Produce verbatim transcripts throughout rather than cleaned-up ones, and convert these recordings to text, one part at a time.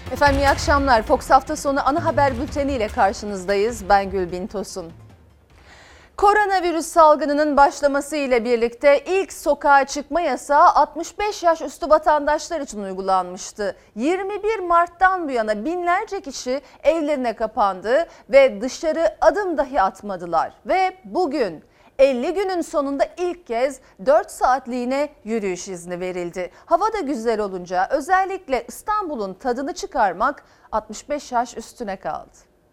Efendim iyi akşamlar. Fox hafta sonu ana haber bülteni ile karşınızdayız. Ben Gülbin Tosun. Koronavirüs salgınının başlaması ile birlikte ilk sokağa çıkma yasağı altmış beş yaş üstü vatandaşlar için uygulanmıştı. yirmi bir Mart'tan bu yana binlerce kişi evlerine kapandı ve dışarı adım dahi atmadılar. Ve bugün elli günün sonunda ilk kez dört saatliğine yürüyüş izni verildi. Hava da güzel olunca özellikle İstanbul'un tadını çıkarmak altmış beş yaş üstüne kaldı.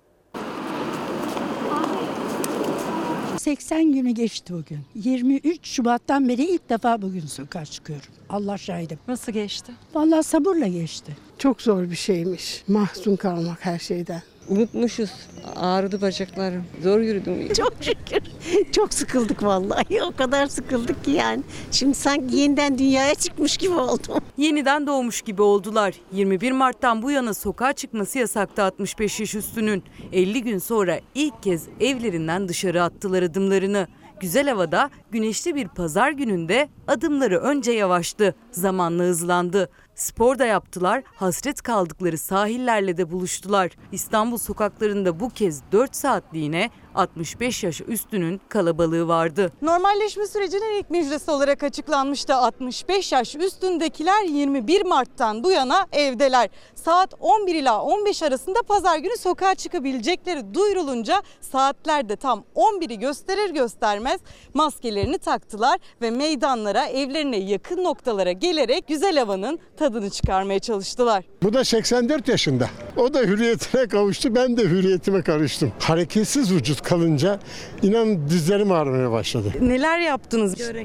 seksen günü geçti bugün. yirmi üç Şubat'tan beri ilk defa bugün sokağa çıkıyorum. Allah şahidim. Nasıl geçti? Vallahi sabırla geçti. Çok zor bir şeymiş. Mahzun kalmak her şeyden. Unutmuşuz. Ağrıdı bacaklarım. Zor yürüdüm. Çok şükür. Çok sıkıldık vallahi. O kadar sıkıldık ki yani. Şimdi sanki yeniden dünyaya çıkmış gibi oldum. Yeniden doğmuş gibi oldular. yirmi bir Mart'tan bu yana sokağa çıkması yasaktı altmış beş yaş üstünün. elli gün sonra ilk kez evlerinden dışarı attılar adımlarını. Güzel havada güneşli bir pazar gününde adımları önce yavaştı, zamanla hızlandı. Spor da yaptılar, hasret kaldıkları sahillerle de buluştular. İstanbul sokaklarında bu kez dört saatliğine altmış beş yaş üstünün kalabalığı vardı. Normalleşme sürecinin ilk müjdesi olarak açıklanmıştı. altmış beş yaş üstündekiler yirmi bir Mart'tan bu yana evdeler. Saat on bir ila on beş arasında pazar günü sokağa çıkabilecekleri duyurulunca saatler de tam on biri gösterir göstermez maskelerini taktılar ve meydanlara, evlerine yakın noktalara gelerek güzel havanın tadını çıkarmaya çalıştılar. Bu da seksen dört yaşında. O da hürriyetine kavuştu. Ben de hürriyetime karıştım. Hareketsiz vücut kalınca inan dizlerim ağrımaya başladı. Neler yaptınız? Börek.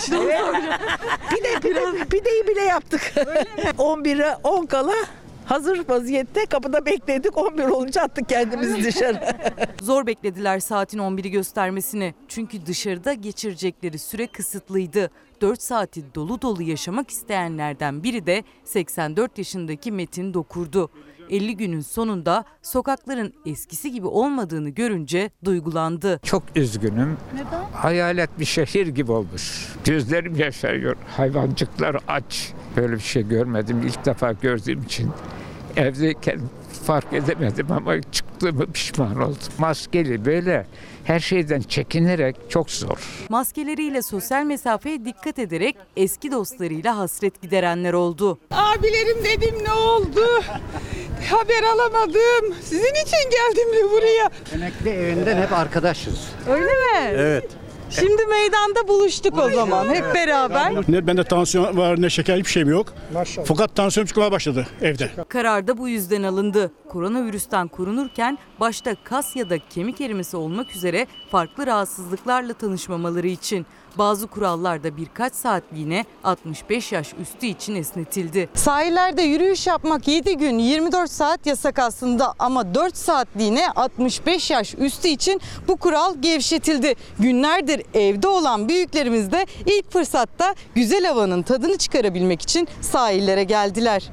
Pide, pide, pideyi bile yaptık. on bire on kala hazır vaziyette kapıda bekledik. on bir olunca attık kendimizi dışarı. Zor beklediler saatin on biri göstermesini. Çünkü dışarıda geçirecekleri süre kısıtlıydı. dört saati dolu dolu yaşamak isteyenlerden biri de seksen dört yaşındaki Metin Dokurdu. elli günün sonunda sokakların eskisi gibi olmadığını görünce duygulandı. Çok üzgünüm. Neden? Hayalet bir şehir gibi olmuş. Gözlerim yaşarıyor. Hayvancıklar aç. Böyle bir şey görmedim. İlk defa gördüğüm için evdeyken fark edemedim ama çıktığımı pişman oldum. Maskeli böyle her şeyden çekinerek çok zor. Maskeleriyle sosyal mesafeye dikkat ederek eski dostlarıyla hasret giderenler oldu. Abilerim dedim ne oldu? Haber alamadım. Sizin için geldim de buraya. Emekli evinden hep arkadaşız. Öyle mi? Evet. Şimdi meydanda buluştuk o zaman hep beraber. Ne bende tansiyon var ne şeker hiçbir şeyim yok. Maşallah. Fakat tansiyonum çıkmaya başladı evde. Karar da bu yüzden alındı. Koronavirüsten korunurken başta kas ya da kemik erimesi olmak üzere farklı rahatsızlıklarla tanışmamaları için bazı kurallar da birkaç saatliğine altmış beş yaş üstü için esnetildi. Sahillerde yürüyüş yapmak yedi gün yirmi dört saat yasak aslında ama dört saatliğine altmış beş yaş üstü için bu kural gevşetildi. Günlerdir evde olan büyüklerimiz de ilk fırsatta güzel havanın tadını çıkarabilmek için sahillere geldiler.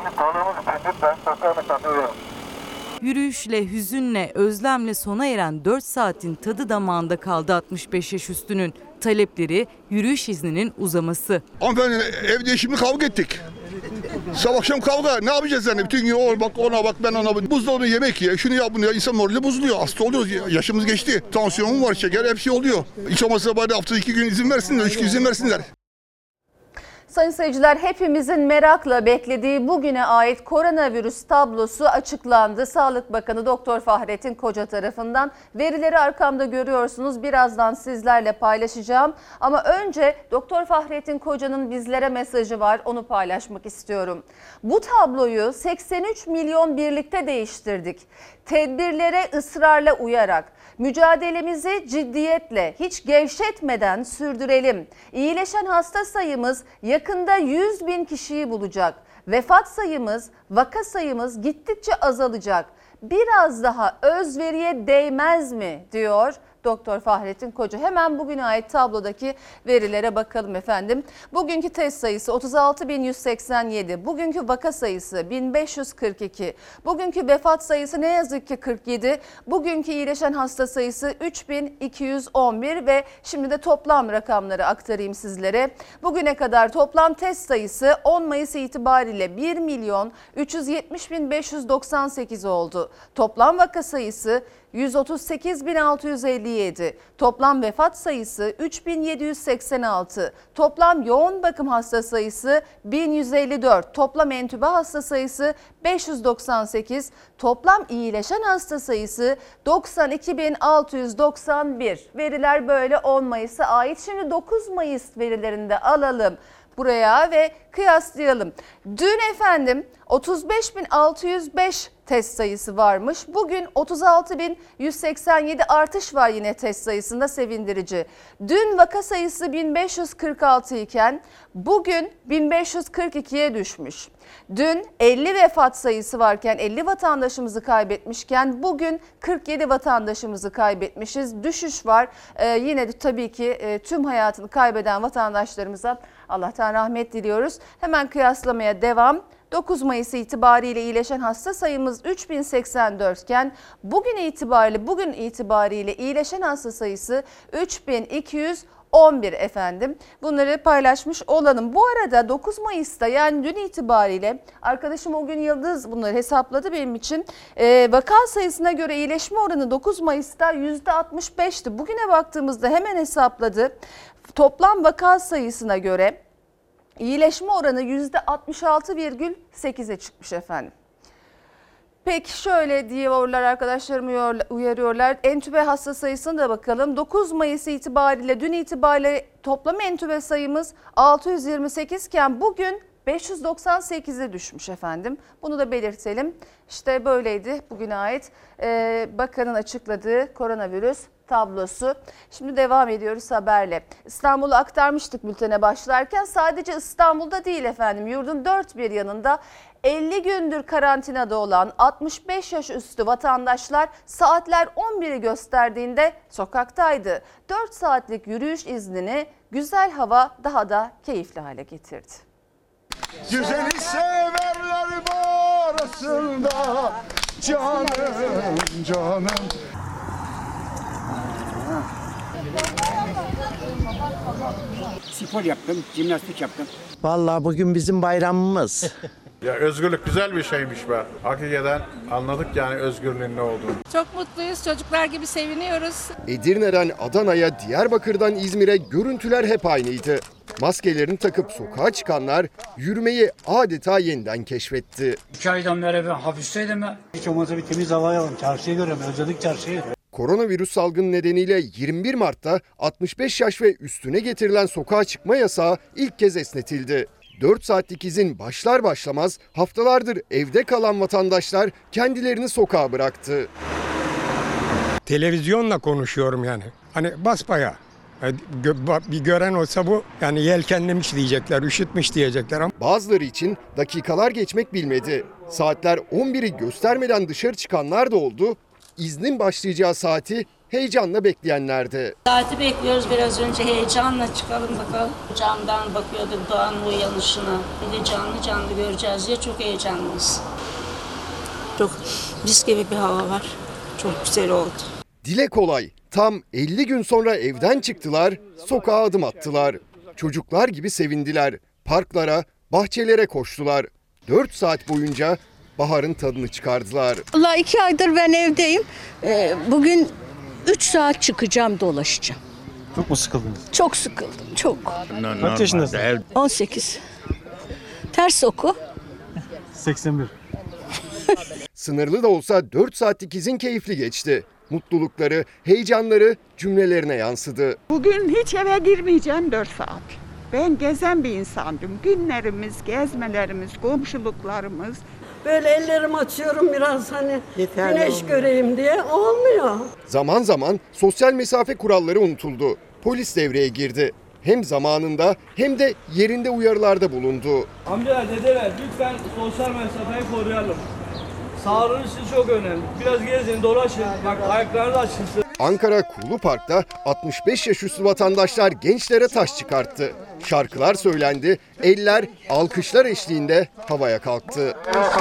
Yürüyüşle, hüzünle, özlemle sona eren dört saatin tadı damağında kaldı altmış beş yaş üstünün. Talepleri yürüyüş izninin uzaması. Hanımefendi evde şimdi kavga ettik. Sabah akşam kavga. Ne yapacağız yani? Bütün gün o bak ona bak ben ona bak. Buzdolabına yemek ye. Şunu yap bunu ya. İnsan morali bozuluyor. Hasta oluyoruz. Yaşımız geçti. Tansiyonum var, şeker hepsi oluyor. Hiç olmazsa bari haftada iki gün izin versinler. Üç gün izin versinler. Sayın seyirciler, hepimizin merakla beklediği bugüne ait koronavirüs tablosu açıklandı. Sağlık Bakanı Doktor Fahrettin Koca tarafından. Verileri arkamda görüyorsunuz. Birazdan sizlerle paylaşacağım. Ama önce Doktor Fahrettin Koca'nın bizlere mesajı var. Onu paylaşmak istiyorum. Bu tabloyu seksen üç milyon birlikte değiştirdik. Tedbirlere ısrarla uyarak mücadelemizi ciddiyetle, hiç gevşetmeden sürdürelim. İyileşen hasta sayımız yakında yüz bin kişiyi bulacak. Vefat sayımız, vaka sayımız gittikçe azalacak. Biraz daha özveriye değmez mi diyor Doktor Fahrettin Koca. Hemen bugüne ait tablodaki verilere bakalım efendim. Bugünkü test sayısı otuz altı bin yüz seksen yedi. Bugünkü vaka sayısı bin beş yüz kırk iki. Bugünkü vefat sayısı ne yazık ki kırk yedi. Bugünkü iyileşen hasta sayısı üç bin iki yüz on bir ve şimdi de toplam rakamları aktarayım sizlere. Bugüne kadar toplam test sayısı on Mayıs itibariyle bir milyon üç yüz yetmiş bin beş yüz doksan sekiz oldu. Toplam vaka sayısı yüz otuz sekiz bin altı yüz elli yedi. Toplam vefat sayısı üç bin yedi yüz seksen altı. Toplam yoğun bakım hasta sayısı bin yüz elli dört. Toplam entübe hasta sayısı beş yüz doksan sekiz. Toplam iyileşen hasta sayısı doksan iki bin altı yüz doksan bir. Veriler böyle on Mayıs'a ait. Şimdi dokuz Mayıs verilerini de alalım buraya ve kıyaslayalım. Dün efendim otuz beş bin altı yüz beş test sayısı varmış. Bugün otuz altı bin yüz seksen yedi artış var yine test sayısında, sevindirici. Dün vaka sayısı bin beş yüz kırk altı iken bugün bin beş yüz kırk ikiye düşmüş. Dün elli vefat sayısı varken, elli vatandaşımızı kaybetmişken bugün kırk yedi vatandaşımızı kaybetmişiz. Düşüş var. Ee, yine de tabii ki e, tüm hayatını kaybeden vatandaşlarımıza Allah'tan rahmet diliyoruz. Hemen kıyaslamaya devam. dokuz Mayıs itibariyle iyileşen hasta sayımız üç bin seksen dört iken bugün itibariyle bugün itibariyle iyileşen hasta sayısı üç bin iki yüz on bir efendim. Bunları paylaşmış olalım. Bu arada dokuz Mayıs'ta yani dün itibariyle arkadaşım o gün Yıldız bunları hesapladı benim için. Ee, vaka sayısına göre iyileşme oranı dokuz Mayıs'ta yüzde altmış beşti. Bugüne baktığımızda hemen hesapladı. Toplam vaka sayısına göre İyileşme oranı yüzde altmış altı virgül sekize çıkmış efendim. Peki şöyle diyorlar arkadaşlarım, uyarıyorlar. Entübe hasta sayısına da bakalım. dokuz Mayıs itibariyle dün itibariyle toplam entübe sayımız altı yüz yirmi sekiz iken bugün beş yüz doksan sekize düşmüş efendim. Bunu da belirtelim. İşte böyleydi bugüne ait ee, bakanın açıkladığı koronavirüs tablosu. Şimdi devam ediyoruz haberle. İstanbul'u aktarmıştık bültene başlarken. Sadece İstanbul'da değil efendim. Yurdun dört bir yanında elli gündür karantinada olan altmış beş yaş üstü vatandaşlar saatler on biri gösterdiğinde sokaktaydı. dört saatlik yürüyüş iznini güzel hava daha da keyifli hale getirdi. Güzeli severler arasında canım canım. Spor yaptım, jimnastik yaptım. Vallahi bugün bizim bayramımız. Ya özgürlük güzel bir şeymiş be. Hakikaten anladık yani özgürlüğün ne olduğunu. Çok mutluyuz, çocuklar gibi seviniyoruz. Edirne'den Adana'ya, Diyarbakır'dan İzmir'e görüntüler hep aynıydı. Maskelerini takıp sokağa çıkanlar yürümeyi adeta yeniden keşfetti. İki aydan beri ben hapisteydim ya. Hiç olmazsa bir temiz hava alalım, çarşıyı görüyorum, özledik çarşıyı. Koronavirüs salgını nedeniyle yirmi bir Mart'ta altmış beş yaş ve üstüne getirilen sokağa çıkma yasağı ilk kez esnetildi. dört saatlik izin başlar başlamaz haftalardır evde kalan vatandaşlar kendilerini sokağa bıraktı. Televizyonla konuşuyorum yani. Hani basbayağı. Bir gören olsa bu yani yelkenlemiş diyecekler, üşütmüş diyecekler ama. Bazıları için dakikalar geçmek bilmedi. Saatler on biri göstermeden dışarı çıkanlar da oldu. İznin başlayacağı saati heyecanla bekleyenlerdi. Saati bekliyoruz, biraz önce heyecanla çıkalım bakalım. Camdan bakıyorduk doğanın uyanışına. Bir de canlı canlı göreceğiz diye çok heyecanlıyız. Çok mis gibi bir hava var. Çok güzel oldu. Dile kolay. Tam elli gün sonra evden çıktılar, sokağa adım attılar. Çocuklar gibi sevindiler. Parklara, bahçelere koştular. dört saat boyunca baharın tadını çıkardılar. Vallahi iki aydır ben evdeyim. Ee, bugün üç saat çıkacağım, dolaşacağım. Çok mu sıkıldınız? Çok sıkıldım, çok. Kaç yaşındasın? on sekiz. Ters oku. seksen bir. Sınırlı da olsa dört saatlik izin keyifli geçti. Mutlulukları, heyecanları cümlelerine yansıdı. Bugün hiç eve girmeyeceğim dört saat. Ben gezen bir insandım. Günlerimiz, gezmelerimiz, komşuluklarımız. Böyle ellerimi açıyorum biraz hani Yeterli güneş olmuyor. Göreyim diye, olmuyor. Zaman zaman sosyal mesafe kuralları unutuldu. Polis devreye girdi. Hem zamanında hem de yerinde uyarılarda bulundu. Amcalar, dedeler lütfen sosyal mesafeyi koruyalım. Sağlığınız için çok önemli. Biraz gezin, dolaşın. Bak ayaklarınız açılsın. Ankara Kuğulu Park'ta altmış beş yaş üstü vatandaşlar gençlere taş çıkarttı. Şarkılar söylendi, eller alkışlar eşliğinde havaya kalktı.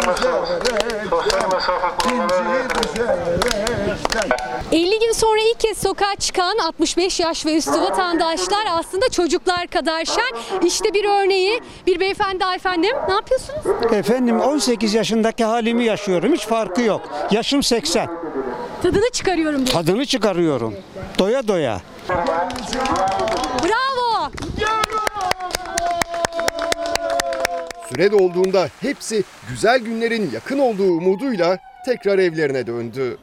elli gün sonra ilk kez sokağa çıkan altmış beş yaş ve üstü vatandaşlar aslında çocuklar kadar şen. İşte bir örneği. Bir beyefendi, efendim, ne yapıyorsunuz? Efendim on sekiz yaşındaki halimi yaşıyorum. Hiç farkı yok. Yaşım seksen. Tadını çıkarıyorum diyor. Tadını çıkarıyorum. Doya doya. Bravo! Süre dolduğunda hepsi güzel günlerin yakın olduğu umuduyla tekrar evlerine döndü.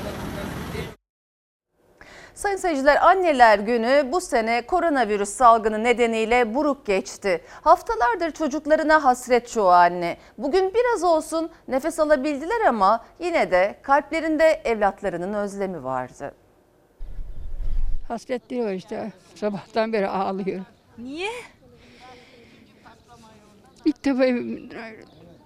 Sayın seyirciler, Anneler Günü bu sene koronavirüs salgını nedeniyle buruk geçti. Haftalardır çocuklarına hasret çoğu anne. Bugün biraz olsun nefes alabildiler ama yine de kalplerinde evlatlarının özlemi vardı. Hasret diyor işte. Sabahtan beri ağlıyor. Niye? İlk defa evimden ayrıldım.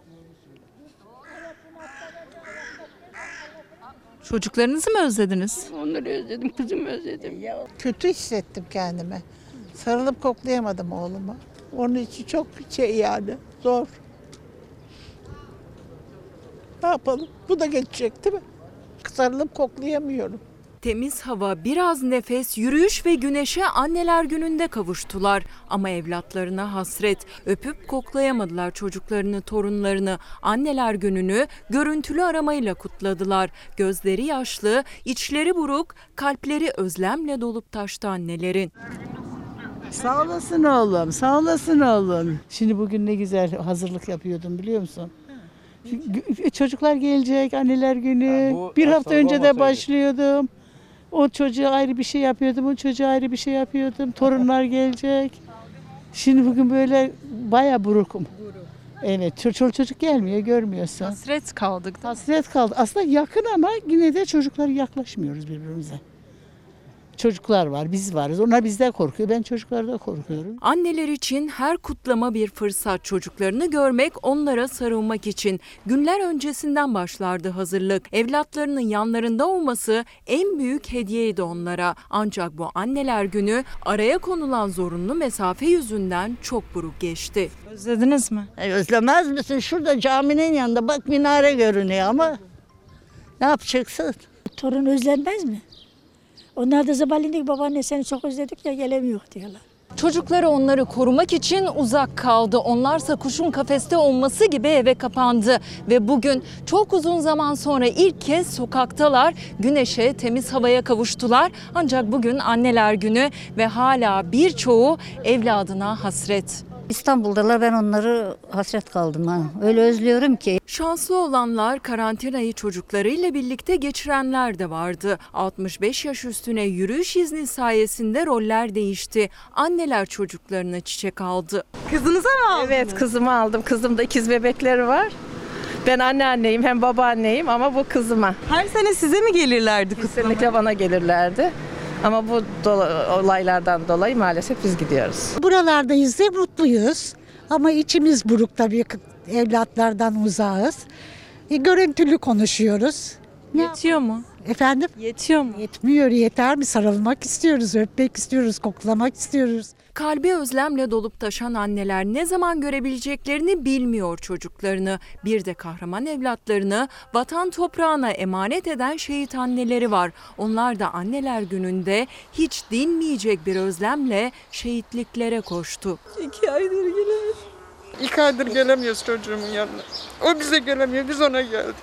Çocuklarınızı mı özlediniz? Onları özledim, kızımı özledim. Kötü hissettim kendime. Sarılıp koklayamadım oğlumu. Onun için çok şey yani zor. Ne yapalım? Bu da geçecek değil mi? Sarılıp koklayamıyorum. Temiz hava, biraz nefes, yürüyüş ve güneşe Anneler Günü'nde kavuştular. Ama evlatlarına hasret, öpüp koklayamadılar çocuklarını, torunlarını. Anneler Günü'nü görüntülü aramayla kutladılar. Gözleri yaşlı, içleri buruk, kalpleri özlemle dolup taştı annelerin. Sağ olasın oğlum, sağ olasın oğlum. Şimdi bugün ne güzel hazırlık yapıyordum biliyor musun? Çocuklar gelecek, Anneler Günü. Ha, bir hafta önce de olmasaydı. başlıyordum. O çocuğa ayrı bir şey yapıyordum, o çocuğa ayrı bir şey yapıyordum. Torunlar gelecek. Şimdi bugün böyle bayağı burukum. Evet, çocuk çocuk gelmiyor, görmüyorsun. Hasret kaldık. Hasret kaldı. Aslında yakın ama yine de çocuklar yaklaşmıyoruz birbirimize. Çocuklar var, biz varız. Onlar bizden korkuyor. Ben çocuklardan korkuyorum. Anneler için her kutlama bir fırsat, çocuklarını görmek, onlara sarılmak için. Günler öncesinden başlardı hazırlık. Evlatlarının yanlarında olması en büyük hediyeydi onlara. Ancak bu Anneler Günü araya konulan zorunlu mesafe yüzünden çok buruk geçti. Özlediniz mi? E, özlemez misin? Şurada caminin yanında bak minare görünüyor ama ne yapacaksın? Torun özlenmez mi? Onlar da sabahleyin babaanne seni çok özledik ya gelemiyor diyorlar. Çocukları onları korumak için uzak kaldı. Onlarsa kuşun kafeste olması gibi eve kapandı. Ve bugün çok uzun zaman sonra ilk kez sokaktalar, güneşe, temiz havaya kavuştular. Ancak bugün Anneler Günü ve hala birçoğu evladına hasret. İstanbul'dalar, ben onları hasret kaldım ha. Öyle özlüyorum ki. Şanslı olanlar, karantinayı çocuklarıyla birlikte geçirenler de vardı. altmış beş yaş üstüne yürüyüş izni sayesinde roller değişti. Anneler çocuklarına çiçek aldı. Kızınıza mı aldınız? Evet, kızımı aldım. Kızımda ikiz bebekleri var. Ben anneanneyim hem babaanneyim ama bu kızıma. Her sene size mi gelirlerdi kutlamaya? Kesinlikle bana gelirlerdi. Ama bu dola- olaylardan dolayı maalesef biz gidiyoruz. Buralardayız ve mutluyuz. Ama içimiz buruk tabii, evlatlardan uzağız. E, görüntülü konuşuyoruz. Yetiyor mu? Efendim? Yetiyor mu? Yetmiyor, yeter mi? Sarılmak istiyoruz, öpmek istiyoruz, koklamak istiyoruz. Kalbi özlemle dolup taşan anneler ne zaman görebileceklerini bilmiyor çocuklarını. Bir de kahraman evlatlarını vatan toprağına emanet eden şehit anneleri var. Onlar da Anneler Günü'nde hiç dinmeyecek bir özlemle şehitliklere koştu. İki aydır gelemiyoruz. İki aydır gelemiyoruz çocuğumun yanına. O bize gelemiyor, biz ona geldik.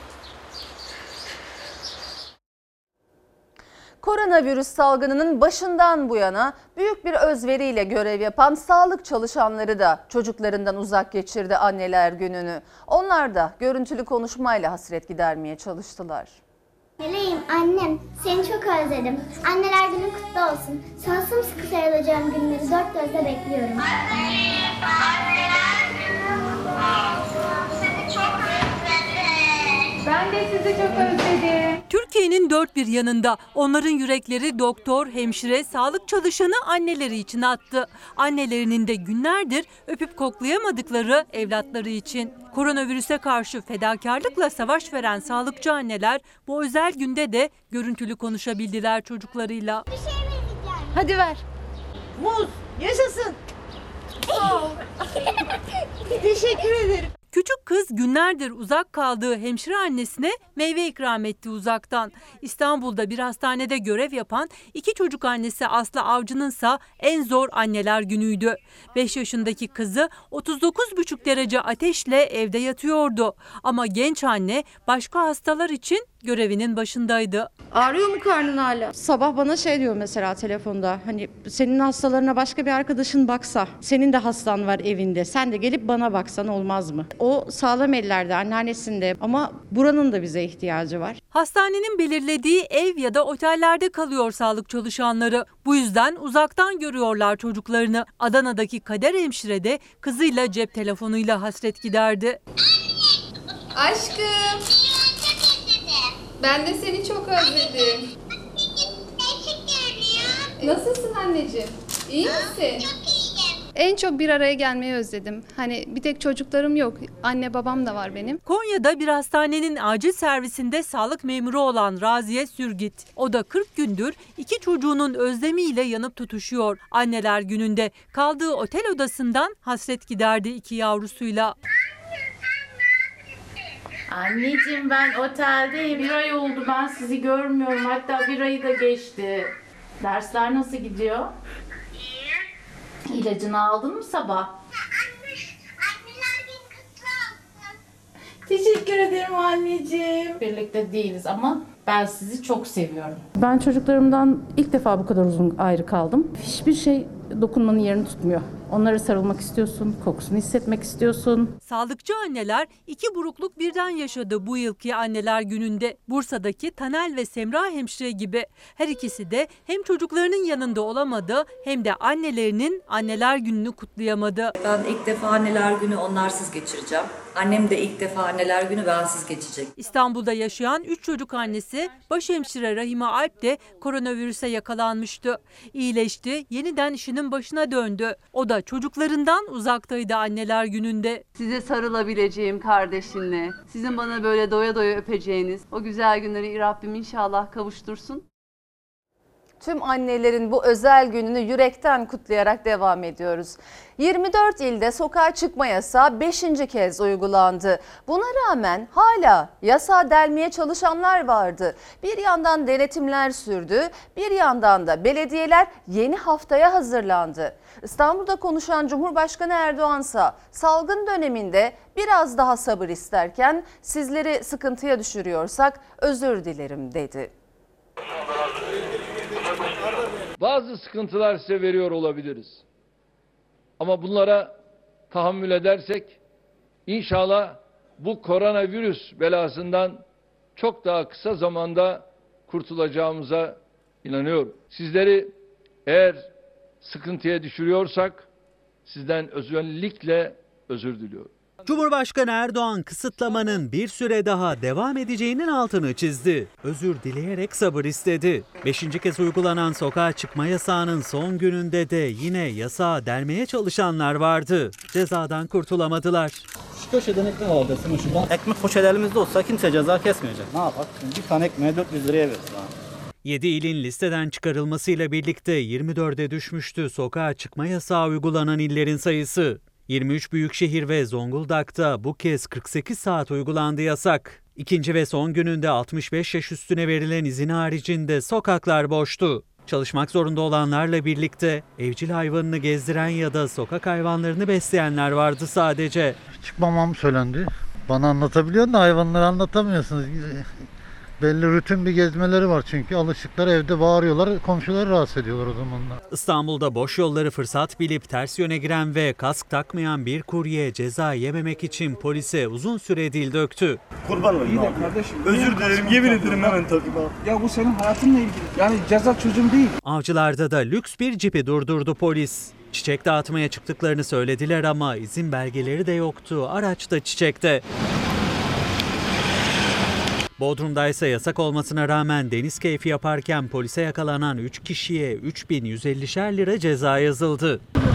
Koronavirüs salgınının başından bu yana büyük bir özveriyle görev yapan sağlık çalışanları da çocuklarından uzak geçirdi Anneler Günü'nü. Onlar da görüntülü konuşmayla hasret gidermeye çalıştılar. Meleğim annem, seni çok özledim. Anneler Günü kutlu olsun. Sana sımsıkı sarılacağım günleri dört gözle bekliyorum. Anneciğim, anneler günü kutlu olsun. Seni çok özledim. Ben Ben de sizi çok özledim. Türkiye'nin dört bir yanında onların yürekleri doktor, hemşire, sağlık çalışanı anneleri için attı. Annelerinin de günlerdir öpüp koklayamadıkları evlatları için. Koronavirüse karşı fedakarlıkla savaş veren sağlıkçı anneler bu özel günde de görüntülü konuşabildiler çocuklarıyla. Hadi ver. Muz yaşasın. Sağ ol. Teşekkür ederim. Küçük kız günlerdir uzak kaldığı hemşire annesine meyve ikram etti uzaktan. İstanbul'da bir hastanede görev yapan iki çocuk annesi Aslı Avcı'nınsa en zor anneler günüydü. beş yaşındaki kızı otuz dokuz buçuk derece ateşle evde yatıyordu. Ama genç anne başka hastalar için görevinin başındaydı. Ağrıyor mu karnın hala? Sabah bana şey diyor mesela telefonda, hani senin hastalarına başka bir arkadaşın baksa, senin de hastan var evinde, sen de gelip bana baksan olmaz mı? O sağlam ellerde, anneannesinde, ama buranın da bize ihtiyacı var. Hastanenin belirlediği ev ya da otellerde kalıyor sağlık çalışanları. Bu yüzden uzaktan görüyorlar çocuklarını. Adana'daki Kader hemşire de kızıyla cep telefonuyla hasret giderdi. Aşkım. Ben de seni çok özledim. Nasılsın anneciğim? İyi misin? En çok bir araya gelmeyi özledim. Hani bir tek çocuklarım yok. Anne babam da var benim. Konya'da bir hastanenin acil servisinde sağlık memuru olan Raziye Sürgit. O da kırk gündür iki çocuğunun özlemiyle yanıp tutuşuyor. Anneler gününde kaldığı otel odasından hasret giderdi iki yavrusuyla. Anneciğim ben oteldeyim. Bir ay oldu ben sizi görmüyorum. Hatta bir ayı da geçti. Dersler nasıl gidiyor? İyi. İlacını aldın mı sabah? Teşekkür ederim anneciğim. Birlikte değiliz ama ben sizi çok seviyorum. Ben çocuklarımdan ilk defa bu kadar uzun ayrı kaldım. Hiçbir şey dokunmanın yerini tutmuyor. Onlara sarılmak istiyorsun, kokusunu hissetmek istiyorsun. Sağlıkçı anneler iki burukluk birden yaşadı bu yılki anneler gününde. Bursa'daki Tanel ve Semra hemşire gibi. Her ikisi de hem çocuklarının yanında olamadı hem de annelerinin anneler gününü kutlayamadı. Ben ilk defa anneler günü onlarsız geçireceğim. Annem de ilk defa anneler günü bensiz geçecek. İstanbul'da yaşayan üç çocuk annesi başhemşire Rahime Alp de koronavirüse yakalanmıştı. İyileşti, yeniden işinin başına döndü. O da çocuklarından uzaktaydı anneler gününde. Size sarılabileceğim kardeşinle, sizin bana böyle doya doya öpeceğiniz o güzel günleri Rabbim inşallah kavuştursun. Tüm annelerin bu özel gününü yürekten kutlayarak devam ediyoruz. yirmi dört ilde sokağa çıkma yasağı beşinci kez uygulandı. Buna rağmen hala yasağı delmeye çalışanlar vardı. Bir yandan denetimler sürdü, bir yandan da belediyeler yeni haftaya hazırlandı. İstanbul'da konuşan Cumhurbaşkanı Erdoğan'sa salgın döneminde biraz daha sabır isterken sizleri sıkıntıya düşürüyorsak özür dilerim dedi. Bazı sıkıntılar size veriyor olabiliriz. Ama bunlara tahammül edersek inşallah bu koronavirüs belasından çok daha kısa zamanda kurtulacağımıza inanıyorum. Sizleri eğer sıkıntıya düşürüyorsak sizden özellikle özür diliyorum. Cumhurbaşkanı Erdoğan kısıtlamanın bir süre daha devam edeceğinin altını çizdi. Özür dileyerek sabır istedi. Beşinci kez uygulanan sokağa çıkma yasağının son gününde de yine yasağı delmeye çalışanlar vardı. Cezadan kurtulamadılar. Şu köşeden ekmek alacaksın şuradan. Ekmek poşetlerimizde olsa kimse ceza kesmeyecek. Ne yapar? Bir tane ekmeğe dört yüz liraya veririz abi. yedi ilin listeden çıkarılmasıyla birlikte yirmi dörde düşmüştü sokağa çıkma yasağı uygulanan illerin sayısı. yirmi üç büyükşehir ve Zonguldak'ta bu kez kırk sekiz saat uygulandı yasak. İkinci ve son gününde altmış beş yaş üstüne verilen izin haricinde sokaklar boştu. Çalışmak zorunda olanlarla birlikte evcil hayvanını gezdiren ya da sokak hayvanlarını besleyenler vardı sadece. Çıkmamam söylendi. Bana anlatabiliyorsun da hayvanları anlatamıyorsunuz. Belli rutin bir gezmeleri var çünkü alışıklar, evde bağırıyorlar, komşuları rahatsız ediyorlar o zamanlar. İstanbul'da boş yolları fırsat bilip ters yöne giren ve kask takmayan bir kurye ceza yememek için polise uzun süre dil döktü. Kurban olayım abi. Kardeşim, özür dilerim, yemin ederim hemen takip abi. Ya bu senin hayatınla ilgili. Yani ceza çözüm değil. Avcılar'da da lüks bir cipi durdurdu polis. Çiçek dağıtmaya çıktıklarını söylediler ama izin belgeleri de yoktu. Araç da çiçekte. Bodrum'da ise yasak olmasına rağmen deniz keyfi yaparken polise yakalanan üç kişiye üç bin yüz ellişer lira ceza yazıldı.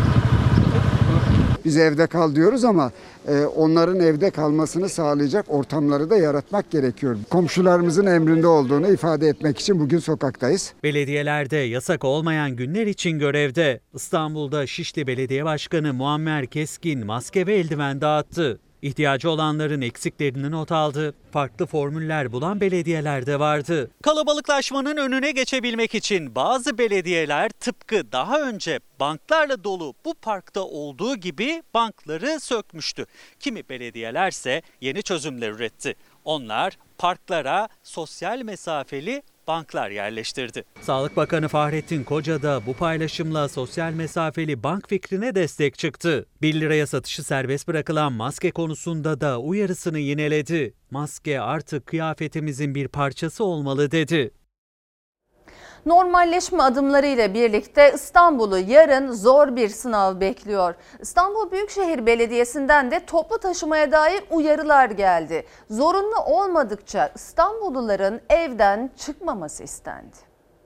Biz evde kal diyoruz ama e, onların evde kalmasını sağlayacak ortamları da yaratmak gerekiyor. Komşularımızın emrinde olduğunu ifade etmek için bugün sokaktayız. Belediyelerde yasak olmayan günler için görevde. İstanbul'da Şişli Belediye Başkanı Muammer Keskin maske ve eldiven dağıttı. İhtiyacı olanların eksiklerini not aldı. Farklı formüller bulan belediyeler de vardı. Kalabalıklaşmanın önüne geçebilmek için bazı belediyeler tıpkı daha önce banklarla dolu bu parkta olduğu gibi bankları sökmüştü. Kimi belediyelerse yeni çözümler üretti. Onlar parklara sosyal mesafeli banklar yerleştirdi. Sağlık Bakanı Fahrettin Koca da bu paylaşımla sosyal mesafeli bank fikrine destek çıktı. bir liraya satışı serbest bırakılan maske konusunda da uyarısını yineledi. Maske artık kıyafetimizin bir parçası olmalı dedi. Normalleşme adımlarıyla birlikte İstanbul'u yarın zor bir sınav bekliyor. İstanbul Büyükşehir Belediyesi'nden de toplu taşımaya dair uyarılar geldi. Zorunlu olmadıkça İstanbulluların evden çıkmaması istendi.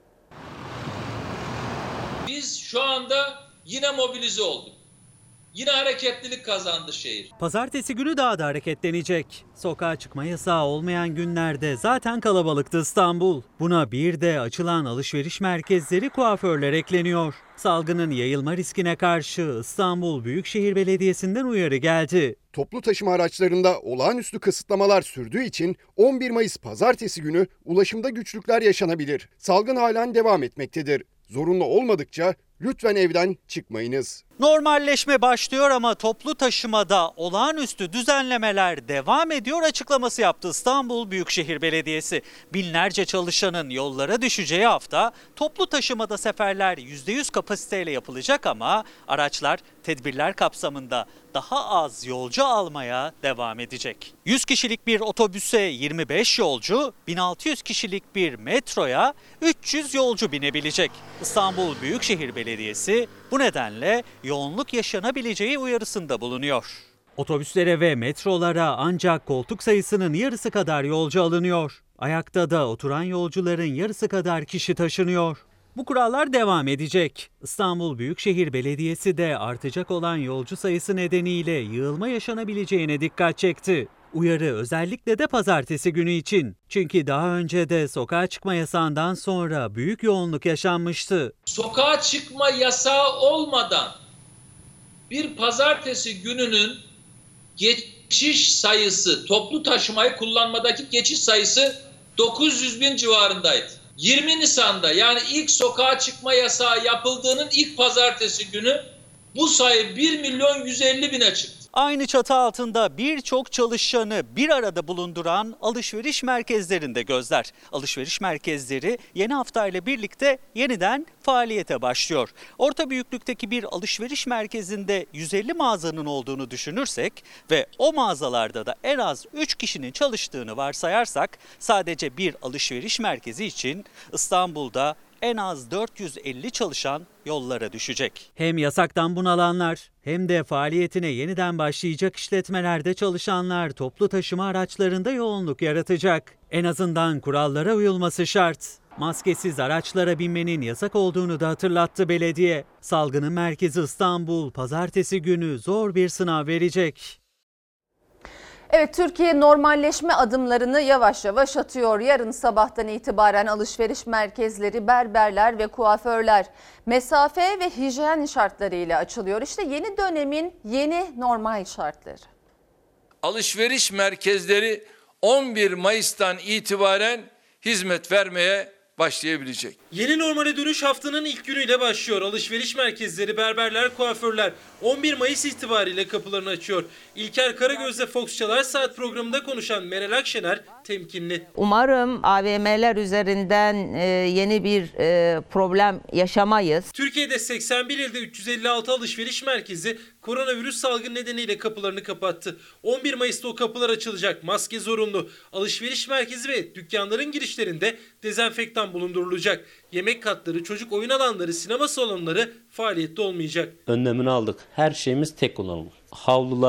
Biz şu anda yine mobilize olduk. Yine hareketlilik kazandı şehir. Pazartesi günü daha da hareketlenecek. Sokağa çıkma yasağı olmayan günlerde zaten kalabalıktı İstanbul. Buna bir de açılan alışveriş merkezleri, kuaförler ekleniyor. Salgının yayılma riskine karşı İstanbul Büyükşehir Belediyesi'nden uyarı geldi. Toplu taşıma araçlarında olağanüstü kısıtlamalar sürdüğü için on bir Mayıs Pazartesi günü ulaşımda güçlükler yaşanabilir. Salgın halen devam etmektedir. Zorunlu olmadıkça lütfen evden çıkmayınız. Normalleşme başlıyor ama toplu taşımada olağanüstü düzenlemeler devam ediyor açıklaması yaptı İstanbul Büyükşehir Belediyesi. Binlerce çalışanın yollara düşeceği hafta toplu taşımada seferler yüzde yüz kapasiteyle yapılacak ama araçlar tedbirler kapsamında daha az yolcu almaya devam edecek. yüz kişilik bir otobüse yirmi beş yolcu, bin altı yüz kişilik bir metroya üç yüz yolcu binebilecek. İstanbul Büyükşehir Belediyesi bu nedenle yoğunluk yaşanabileceği uyarısında bulunuyor. Otobüslere ve metrolara ancak koltuk sayısının yarısı kadar yolcu alınıyor. Ayakta da oturan yolcuların yarısı kadar kişi taşınıyor. Bu kurallar devam edecek. İstanbul Büyükşehir Belediyesi de artacak olan yolcu sayısı nedeniyle yığılma yaşanabileceğine dikkat çekti. Uyarı özellikle de pazartesi günü için. Çünkü daha önce de sokağa çıkma yasağından sonra büyük yoğunluk yaşanmıştı. Sokağa çıkma yasağı olmadan bir pazartesi gününün geçiş sayısı, toplu taşımayı kullanmadaki geçiş sayısı dokuz yüz bin civarındaydı. yirmi Nisan'da yani ilk sokağa çıkma yasağı yapıldığının ilk pazartesi günü bu sayı bir milyon yüz elli bine çıktı. Aynı çatı altında birçok çalışanı bir arada bulunduran alışveriş merkezlerinde gözler. Alışveriş merkezleri yeni haftayla birlikte yeniden faaliyete başlıyor. Orta büyüklükteki bir alışveriş merkezinde yüz elli mağazanın olduğunu düşünürsek ve o mağazalarda da en az üç kişinin çalıştığını varsayarsak sadece bir alışveriş merkezi için İstanbul'da en az dört yüz elli çalışan yollara düşecek. Hem yasaktan bunalanlar hem de faaliyetine yeniden başlayacak işletmelerde çalışanlar toplu taşıma araçlarında yoğunluk yaratacak. En azından kurallara uyulması şart. Maskesiz araçlara binmenin yasak olduğunu da hatırlattı belediye. Salgının merkezi İstanbul pazartesi günü zor bir sınav verecek. Evet, Türkiye normalleşme adımlarını yavaş yavaş atıyor. Yarın sabahtan itibaren alışveriş merkezleri, berberler ve kuaförler mesafe ve hijyen şartlarıyla açılıyor. İşte yeni dönemin yeni normal şartları. Alışveriş merkezleri on bir Mayıs'tan itibaren hizmet vermeye başlayabilecek. Yeni normale dönüş haftanın ilk günüyle başlıyor. Alışveriş merkezleri, berberler, kuaförler on bir Mayıs itibariyle kapılarını açıyor. İlker Karagöz'le Fox Çalar Saat programında konuşan Meral Akşener temkinli. Umarım A V M'ler üzerinden yeni bir problem yaşamayız. Türkiye'de seksen bir ilde üç yüz elli altı alışveriş merkezi koronavirüs salgını nedeniyle kapılarını kapattı. on bir Mayıs'ta o kapılar açılacak. Maske zorunlu. Alışveriş merkezi ve dükkanların girişlerinde dezenfektan bulundurulacak. Yemek katları, çocuk oyun alanları, sinema salonları faaliyette olmayacak. Önlemini aldık. Her şeyimiz tek kullanımlık. Havlular,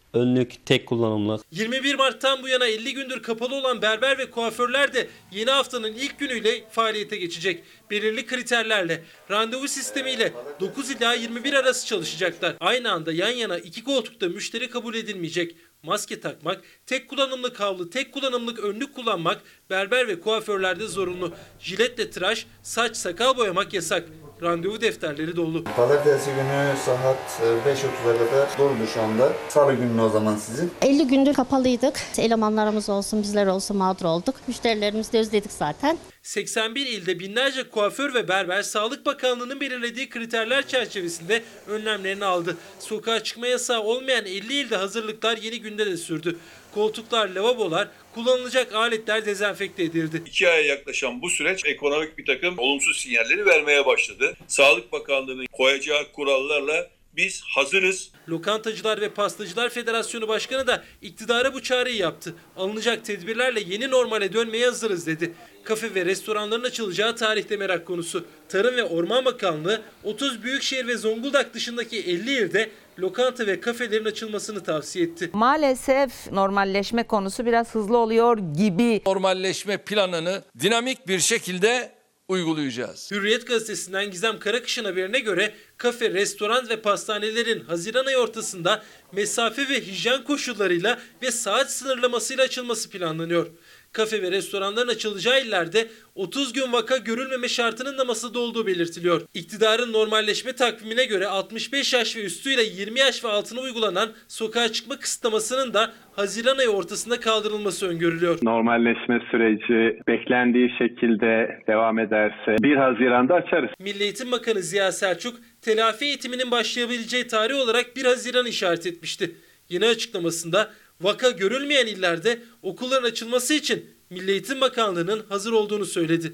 önlük, tek kullanımlık. yirmi bir Mart'tan bu yana elli gündür kapalı olan berber ve kuaförler de yeni haftanın ilk günüyle faaliyete geçecek. Belirli kriterlerle, randevu sistemiyle dokuz ila yirmi bir arası çalışacaklar. Aynı anda yan yana iki koltukta müşteri kabul edilmeyecek. Maske takmak, tek kullanımlık havlu, tek kullanımlık önlük kullanmak berber ve kuaförlerde zorunlu. Jiletle tıraş, saç, sakal boyamak yasak. Randevu defterleri dolu. Pazartesi günü saat beş otuz'a kadar doldu şu anda. Salı günü o zaman sizin. elli gündür kapalıydık. Elemanlarımız olsun, bizler olsun mağdur olduk. Müşterilerimizi de özledik zaten. seksen bir ilde binlerce kuaför ve berber Sağlık Bakanlığı'nın belirlediği kriterler çerçevesinde önlemlerini aldı. Sokağa çıkma yasağı olmayan elli ilde hazırlıklar yeni günde de sürdü. Koltuklar, lavabolar, kullanılacak aletler dezenfekte edildi. İki aya yaklaşan bu süreç ekonomik bir takım olumsuz sinyalleri vermeye başladı. Sağlık Bakanlığı'nın koyacağı kurallarla biz hazırız. Lokantacılar ve Pastacılar Federasyonu Başkanı da iktidara bu çağrıyı yaptı. Alınacak tedbirlerle yeni normale dönmeye hazırız dedi. Kafe ve restoranların açılacağı tarihte merak konusu. Tarım ve Orman Bakanlığı otuz büyükşehir ve Zonguldak dışındaki elli ilde lokanta ve kafelerin açılmasını tavsiye etti. Maalesef normalleşme konusu biraz hızlı oluyor gibi. Normalleşme planını dinamik bir şekilde uygulayacağız. Hürriyet gazetesinden Gizem Karakış'ın haberine göre kafe, restoran ve pastanelerin Haziran ayı ortasında mesafe ve hijyen koşullarıyla ve saat sınırlamasıyla açılması planlanıyor. Kafe ve restoranların açılacağı illerde otuz gün vaka görülmeme şartının da masada olduğu belirtiliyor. İktidarın normalleşme takvimine göre altmış beş yaş ve üstüyle yirmi yaş ve altına uygulanan sokağa çıkma kısıtlamasının da Haziran ayı ortasında kaldırılması öngörülüyor. Normalleşme süreci beklendiği şekilde devam ederse bir Haziran'da açarız. Milli Eğitim Bakanı Ziya Selçuk, telafi eğitiminin başlayabileceği tarih olarak bir Haziran işaret etmişti. Yeni açıklamasında vaka görülmeyen illerde okulların açılması için Milli Eğitim Bakanlığı'nın hazır olduğunu söyledi.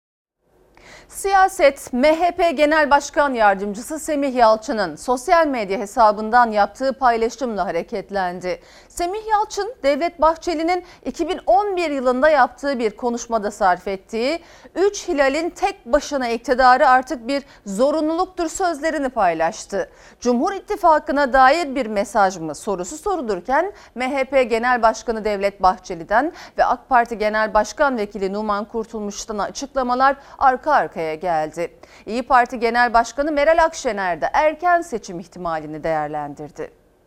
Siyaset, M H P Genel Başkan Yardımcısı Semih Yalçın'ın sosyal medya hesabından yaptığı paylaşımla hareketlendi. Semih Yalçın, Devlet Bahçeli'nin iki bin on bir yılında yaptığı bir konuşmada sarf ettiği "Üç hilalin tek başına iktidarı artık bir zorunluluktur" sözlerini paylaştı. Cumhur İttifakı'na dair bir mesaj mı sorusu sorulurken M H P Genel Başkanı Devlet Bahçeli'den ve AK Parti Genel Başkan Vekili Numan Kurtulmuş'tan açıklamalar arka arkaya geldi. İyi Parti Genel Başkanı Meral Akşener de erken seçim ihtimalini değerlendirdi.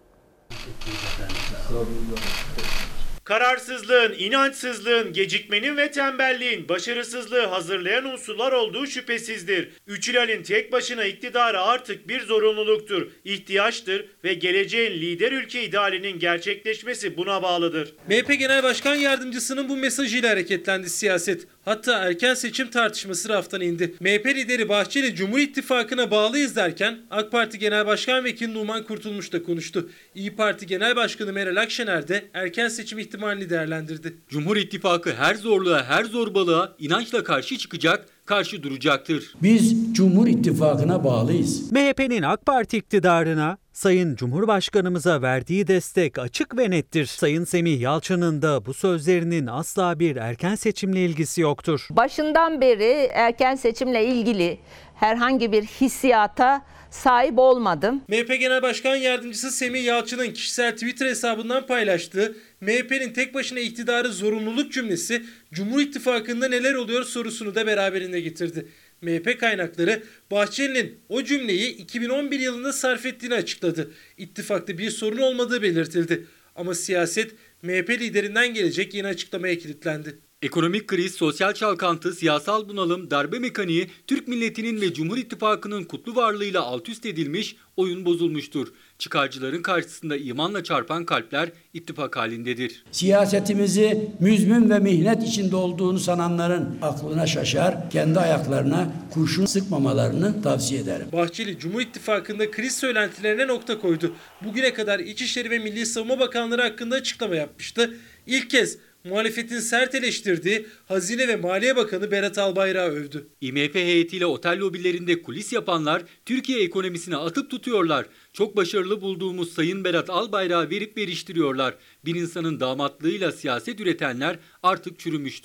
Kararsızlığın, inançsızlığın, gecikmenin ve tembelliğin başarısızlığı hazırlayan unsurlar olduğu şüphesizdir. Üç hilalin tek başına iktidarı artık bir zorunluluktur, ihtiyaçtır ve geleceğin lider ülke idealinin gerçekleşmesi buna bağlıdır. M H P Genel Başkan Yardımcısının bu mesajıyla hareketlendi siyaset. Hatta erken seçim tartışması raftan indi. M H P lideri Bahçeli Cumhur İttifakı'na bağlıyız derken AK Parti Genel Başkan Vekili Numan Kurtulmuş da konuştu. İyi Parti Genel Başkanı Meral Akşener de erken seçim ihtimalini değerlendirdi. Cumhur İttifakı her zorluğa, her zorbalığa inançla karşı çıkacak, karşı duracaktır. Biz Cumhur İttifakı'na bağlıyız. M H P'nin AK Parti iktidarına, Sayın Cumhurbaşkanımıza verdiği destek açık ve nettir. Sayın Semih Yalçın'ın da bu sözlerinin asla bir erken seçimle ilgisi yoktur. Başından beri erken seçimle ilgili herhangi bir hissiyata sahip olmadım. M H P Genel Başkan Yardımcısı Semih Yalçın'ın kişisel Twitter hesabından paylaştığı M H P'nin tek başına iktidarı zorunluluk cümlesi Cumhur İttifakı'nda neler oluyor sorusunu da beraberinde getirdi. M H P kaynakları Bahçeli'nin o cümleyi iki bin on bir yılında sarf ettiğini açıkladı. İttifakta bir sorun olmadığı belirtildi. Ama siyaset M H P liderinden gelecek yeni açıklamaya kilitlendi. Ekonomik kriz, sosyal çalkantı, siyasal bunalım, darbe mekaniği, Türk milletinin ve Cumhur İttifakı'nın kutlu varlığıyla alt üst edilmiş, oyun bozulmuştur. Çıkarcıların karşısında imanla çarpan kalpler ittifak halindedir. Siyasetimizi müzmin ve mihnet içinde olduğunu sananların aklına şaşar, kendi ayaklarına kurşun sıkmamalarını tavsiye ederim. Bahçeli Cumhur İttifakı'nda kriz söylentilerine nokta koydu. Bugüne kadar İçişleri ve Milli Savunma Bakanları hakkında açıklama yapmıştı. İlk kez muhalefetin sert eleştirdiği Hazine ve Maliye Bakanı Berat Albayrak'ı övdü. İ M F heyetiyle otel lobilerinde kulis yapanlar Türkiye ekonomisine atıp tutuyorlar. Çok başarılı bulduğumuz Sayın Berat Albayrak'ı verip veriştiriyorlar. Bir insanın damatlığıyla siyaset üretenler artık çürümüştür.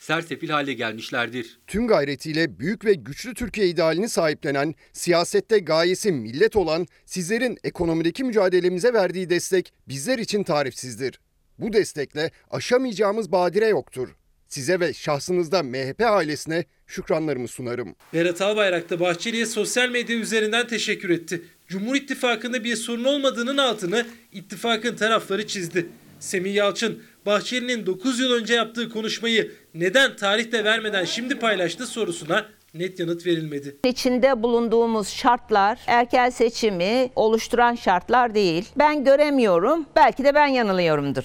sersefil hale gelmişlerdir. Tüm gayretiyle büyük ve güçlü Türkiye idealini sahiplenen, siyasette gayesi millet olan, sizlerin ekonomideki mücadelemize verdiği destek bizler için tarifsizdir. Bu destekle aşamayacağımız badire yoktur. Size ve şahsınızda M H P ailesine şükranlarımı sunarım. Berat Albayrak da Bahçeli'ye sosyal medya üzerinden teşekkür etti. Cumhur İttifakı'nda bir sorun olmadığının altını ittifakın tarafları çizdi. Semih Yalçın, Bahçeli'nin dokuz yıl önce yaptığı konuşmayı neden tarihte vermeden şimdi paylaştı sorusuna net yanıt verilmedi. İçinde bulunduğumuz şartlar erken seçimi oluşturan şartlar değil. Ben göremiyorum, belki de ben yanılıyorumdur.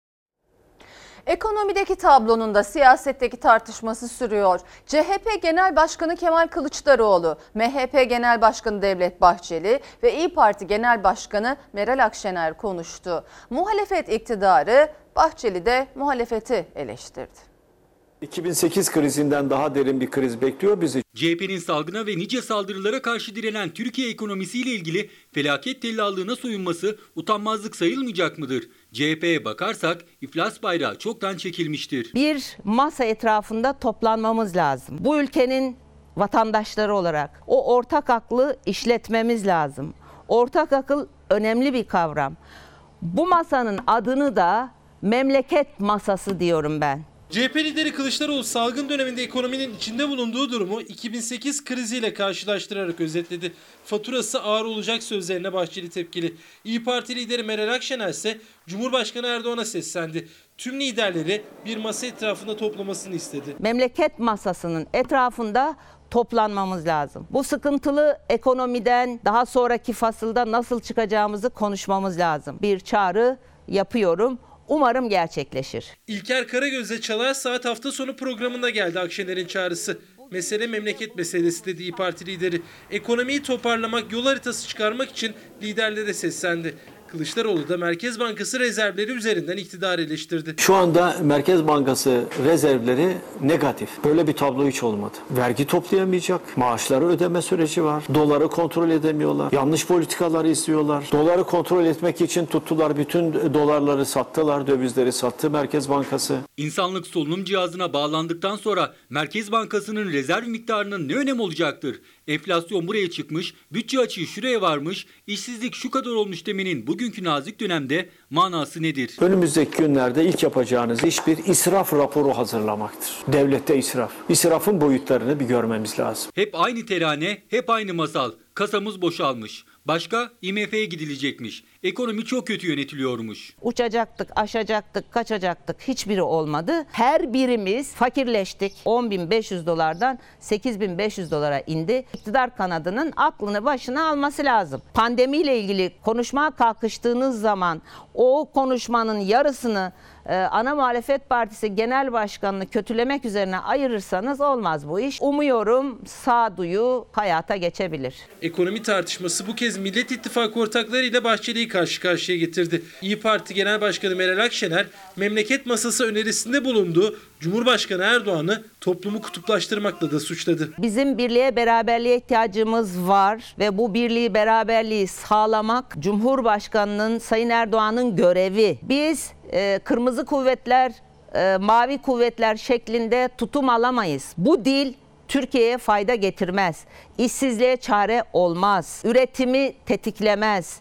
Ekonomideki tablonun da siyasetteki tartışması sürüyor. C H P Genel Başkanı Kemal Kılıçdaroğlu, M H P Genel Başkanı Devlet Bahçeli ve İYİ Parti Genel Başkanı Meral Akşener konuştu. Muhalefet iktidarı, Bahçeli de muhalefeti eleştirdi. iki bin sekiz krizinden daha derin bir kriz bekliyor bizi. C H P'nin salgına ve nice saldırılara karşı direnen Türkiye ekonomisiyle ilgili felaket tellallığına soyunması utanmazlık sayılmayacak mıdır? C H P'ye bakarsak iflas bayrağı çoktan çekilmiştir. Bir masa etrafında toplanmamız lazım. Bu ülkenin vatandaşları olarak o ortak aklı işletmemiz lazım. Ortak akıl önemli bir kavram. Bu masanın adını da memleket masası diyorum ben. C H P lideri Kılıçdaroğlu salgın döneminde ekonominin içinde bulunduğu durumu iki bin sekiz kriziyle karşılaştırarak özetledi. Faturası ağır olacak sözlerine Bahçeli tepkili. İYİ Parti lideri Meral Akşener ise Cumhurbaşkanı Erdoğan'a seslendi. Tüm liderleri bir masa etrafında toplamasını istedi. Memleket masasının etrafında toplanmamız lazım. Bu sıkıntılı ekonomiden daha sonraki fasılda nasıl çıkacağımızı konuşmamız lazım. Bir çağrı yapıyorum. Umarım gerçekleşir. İlker Karagöz'le Çalar Saat hafta sonu programında geldi Akşener'in çağrısı. Mesele memleket meselesi dedi İYİ Parti lideri. Ekonomiyi toparlamak, yol haritası çıkarmak için liderlere seslendi. Kılıçdaroğlu da Merkez Bankası rezervleri üzerinden iktidarı eleştirdi. Şu anda Merkez Bankası rezervleri negatif. Böyle bir tablo hiç olmadı. Vergi toplayamayacak, maaşları ödeme süreci var. Doları kontrol edemiyorlar. Yanlış politikalar izliyorlar. Doları kontrol etmek için tuttular, bütün dolarları sattılar, dövizleri sattı Merkez Bankası. İnsanlık solunum cihazına bağlandıktan sonra Merkez Bankası'nın rezerv miktarının ne önemi olacaktır? Enflasyon buraya çıkmış, bütçe açığı şuraya varmış, işsizlik şu kadar olmuş demenin bugünkü nazik dönemde manası nedir? Önümüzdeki günlerde ilk yapacağınız iş bir israf raporu hazırlamaktır. Devlette israf. İsrafın boyutlarını bir görmemiz lazım. Hep aynı terane, hep aynı masal. Kasamız boşalmış. Başka I M F'ye gidilecekmiş. Ekonomi çok kötü yönetiliyormuş. Uçacaktık, aşacaktık, kaçacaktık. Hiçbiri olmadı. Her birimiz fakirleştik. on bin beş yüz dolardan sekiz bin beş yüz dolara indi. İktidar kanadının aklını başına alması lazım. Pandemiyle ilgili konuşmaya kalkıştığınız zaman o konuşmanın yarısını e, ana muhalefet partisi genel başkanını kötülemek üzerine ayırırsanız olmaz bu iş. Umuyorum sağduyu hayata geçebilir. Ekonomi tartışması bu kez Millet İttifakı ortaklarıyla Bahçeli'yi karşı karşıya getirdi. İYİ Parti Genel Başkanı Meral Akşener, memleket masası önerisinde bulunduğu Cumhurbaşkanı Erdoğan'ı toplumu kutuplaştırmakla da suçladı. Bizim birliğe, beraberliğe ihtiyacımız var ve bu birliği, beraberliği sağlamak Cumhurbaşkanı'nın, Sayın Erdoğan'ın görevi. Biz e, kırmızı kuvvetler, e, mavi kuvvetler şeklinde tutum alamayız. Bu dil Türkiye'ye fayda getirmez. İşsizliğe çare olmaz. Üretimi tetiklemez.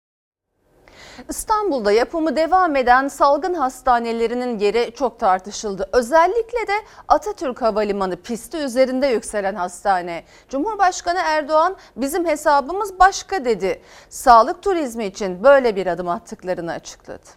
İstanbul'da yapımı devam eden salgın hastanelerinin yeri çok tartışıldı. Özellikle de Atatürk Havalimanı pisti üzerinde yükselen hastane. Cumhurbaşkanı Erdoğan bizim hesabımız başka dedi. Sağlık turizmi için böyle bir adım attıklarını açıkladı.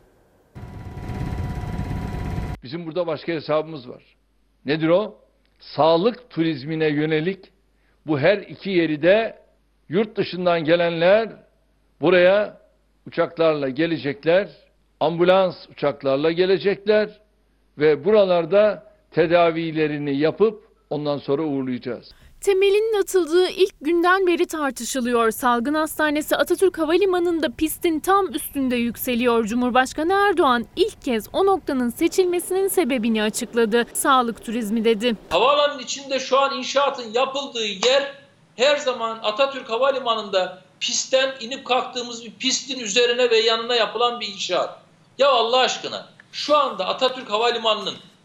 Bizim burada başka hesabımız var. Nedir o? Sağlık turizmine yönelik bu her iki yeri de yurt dışından gelenler buraya uçaklarla gelecekler, ambulans uçaklarla gelecekler ve buralarda tedavilerini yapıp ondan sonra uğurlayacağız. Temelinin atıldığı ilk günden beri tartışılıyor. Salgın hastanesi Atatürk Havalimanı'nda pistin tam üstünde yükseliyor. Cumhurbaşkanı Erdoğan ilk kez o noktanın seçilmesinin sebebini açıkladı. Sağlık turizmi dedi. Havaalanının içinde şu an inşaatın yapıldığı yer her zaman Atatürk Havalimanı'nda pistten inip kalktığımız bir pistin üzerine ve yanına yapılan bir inşaat. Ya Allah aşkına şu anda Atatürk Havalimanı'nın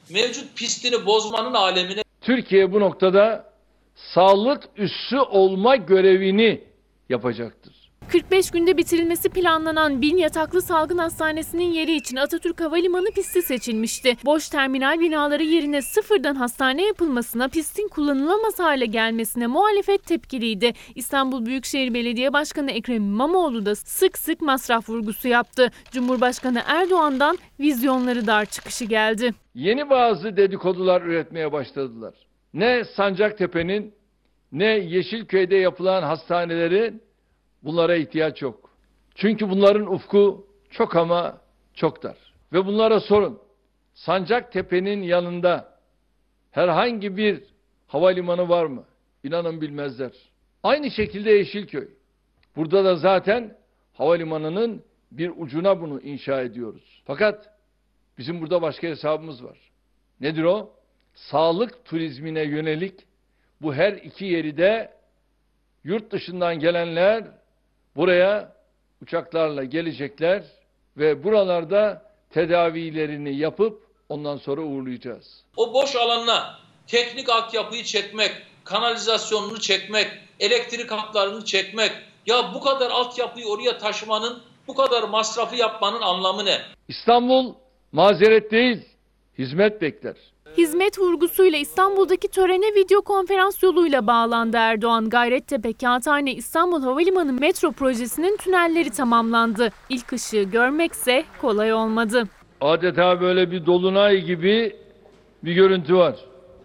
mevcut pistini bozmanın alemine. Türkiye bu noktada sağlık üssü olma görevini yapacaktır. kırk beş günde bitirilmesi planlanan bin yataklı salgın hastanesinin yeri için Atatürk Havalimanı pisti seçilmişti. Boş terminal binaları yerine sıfırdan hastane yapılmasına, pistin kullanılamaz hale gelmesine muhalefet tepkiliydi. İstanbul Büyükşehir Belediye Başkanı Ekrem İmamoğlu da sık sık masraf vurgusu yaptı. Cumhurbaşkanı Erdoğan'dan vizyonları dar çıkışı geldi. Yeni bazı dedikodular üretmeye başladılar. Ne Sancaktepe'nin ne Yeşilköy'de yapılan hastanelerin bunlara ihtiyaç yok. Çünkü bunların ufku çok ama çok dar. Ve bunlara sorun. Sancaktepe'nin yanında herhangi bir havalimanı var mı? İnanın bilmezler. Aynı şekilde Yeşilköy. Burada da zaten havalimanının bir ucuna bunu inşa ediyoruz. Fakat bizim burada başka hesabımız var. Nedir o? Sağlık turizmine yönelik bu her iki yeri de yurt dışından gelenler buraya uçaklarla gelecekler ve buralarda tedavilerini yapıp ondan sonra uğurlayacağız. O boş alanına teknik altyapıyı çekmek, kanalizasyonunu çekmek, elektrik hatlarını çekmek. Ya bu kadar altyapıyı oraya taşımanın, bu kadar masrafı yapmanın anlamı ne? İstanbul mazeret değil, hizmet bekler. Hizmet vurgusuyla İstanbul'daki törene video konferans yoluyla bağlandı Erdoğan. Gayrettepe, Kağıthane, İstanbul Havalimanı metro projesinin tünelleri tamamlandı. İlk ışığı görmekse kolay olmadı. Adeta böyle bir dolunay gibi bir görüntü var.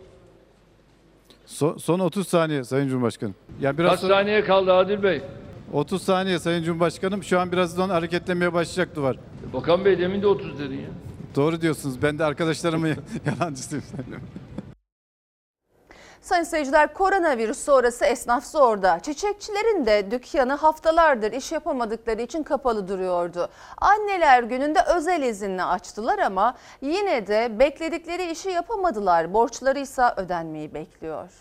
Son, son otuz saniye Sayın Cumhurbaşkanım. Yani biraz Kaç sonra... saniye kaldı Adil Bey? otuz saniye Sayın Cumhurbaşkanım. Şu an birazdan hareketlenmeye başlayacak duvar. Bakan Bey demin de otuz dedin ya. Doğru diyorsunuz. Ben de arkadaşlarımın yalancısıyım. Sayın seyirciler, koronavirüs sonrası esnaf zorda. Çiçekçilerin de dükkanı haftalardır iş yapamadıkları için kapalı duruyordu. Anneler Günü'nde özel izinle açtılar ama yine de bekledikleri işi yapamadılar. Borçları ise ödenmeyi bekliyor.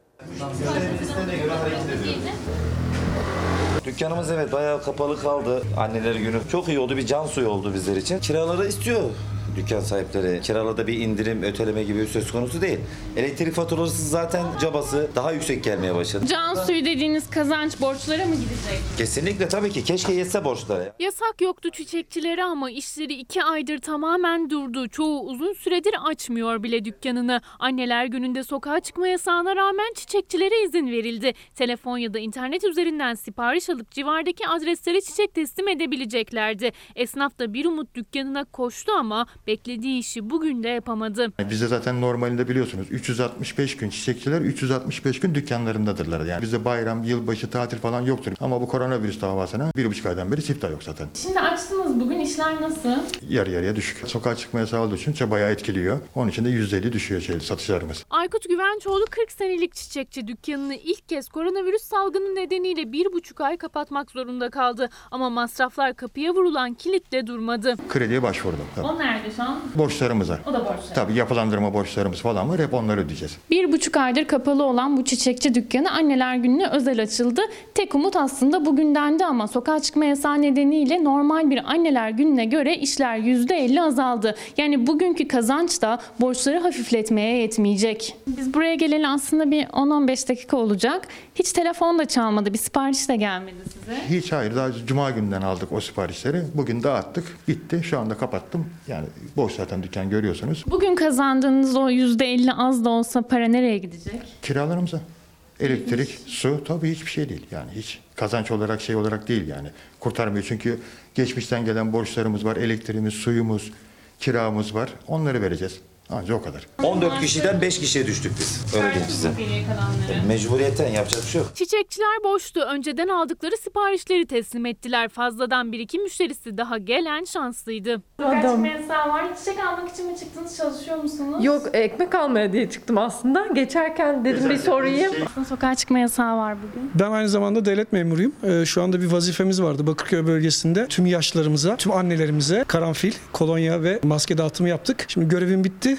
Dükkanımız evet bayağı kapalı kaldı. Anneler Günü çok iyi oldu, bir can suyu oldu bizler için. Kiraları istiyor dükkan sahipleri. Kiralarda bir indirim, öteleme gibi söz konusu değil. Elektrik faturası zaten cabası daha yüksek gelmeye başladı. Can suyu dediğiniz kazanç borçlara mı gidecek? Kesinlikle tabii ki. Keşke yetse borçlara. Yasak yoktu çiçekçilere ama işleri iki aydır tamamen durdu. Çoğu uzun süredir açmıyor bile dükkanını. Anneler Günü'nde sokağa çıkma yasağına rağmen çiçekçilere izin verildi. Telefon ya da internet üzerinden sipariş alıp civardaki adreslere çiçek teslim edebileceklerdi. Esnaf da bir umut dükkanına koştu ama beklediği işi bugün de yapamadı. Bizde zaten normalinde biliyorsunuz üç yüz altmış beş gün çiçekçiler üç yüz altmış beş gün dükkanlarındadırlar. Yani bizde bayram, yılbaşı, tatil falan yoktur. Ama bu koronavirüs davasına bir buçuk aydan beri siftah yok zaten. Şimdi açtınız, bugün işler nasıl? Yarı yarıya düşük. Sokağa çıkma yasağı olduğu için bayağı etkiliyor. Onun için de yüzde elli düşüyor şey, satışlarımız. Aykut Güvençoğlu kırk senelik çiçekçi, dükkanını ilk kez koronavirüs salgını nedeniyle bir buçuk ay kapatmak zorunda kaldı. Ama masraflar kapıya vurulan kilitle durmadı. Krediye başvurdum. Tabii. O nerede şu an? Borçlarımıza. O da borçlar. Tabii yapılandırma borçlarımız falan var. Hep onları ödeyeceğiz. Bir buçuk aydır kapalı olan bu çiçekçi dükkanı Anneler Günü'ne özel açıldı. Tek umut aslında bugündendi ama sokağa çıkma yasağı nedeniyle normal bir Anneler Günü'ne göre işler yüzde elli azaldı. Yani bugünkü kazanç da borçları hafifletmeye yetmeyecek. Biz buraya geleli aslında bir on on beş dakika olacak. Hiç telefon da çalmadı, bir sipariş de gelmedi size. Hiç hayır. Daha Cuma günden aldık o siparişleri. Bugün dağıttık. Bitti. Şu anda kapattım. Yani boş zaten dükkan görüyorsunuz. Bugün kazandığınız o yüzde elli az da olsa para nereye gidecek? Kiralarımıza. Elektrik, su tabii hiçbir şey değil. Yani hiç kazanç olarak şey olarak değil yani. Kurtarmıyor çünkü geçmişten gelen borçlarımız var. Elektriğimiz, suyumuz, kiramız var. Onları vereceğiz. Ancak o kadar. on dört kişiden beş kişiye düştük biz. Öyle diyeyim size. Mecburiyetten yapacak bir şey yok. Çiçekçiler boştu. Önceden aldıkları siparişleri teslim ettiler. Fazladan bir iki müşterisi daha gelen şanslıydı. Kaç mesai var? Çiçek almak için mi çıktınız? Çalışıyor musunuz? Yok, ekmek almaya diye çıktım aslında. Geçerken dedim bir sorayım. Sokağa çıkma yasağı var bugün. Ben aynı zamanda devlet memuruyum. Ee, şu anda bir vazifemiz vardı Bakırköy bölgesinde. Tüm yaşlılarımıza, tüm annelerimize karanfil, kolonya ve maske dağıtımı yaptık. Şimdi görevim bitti.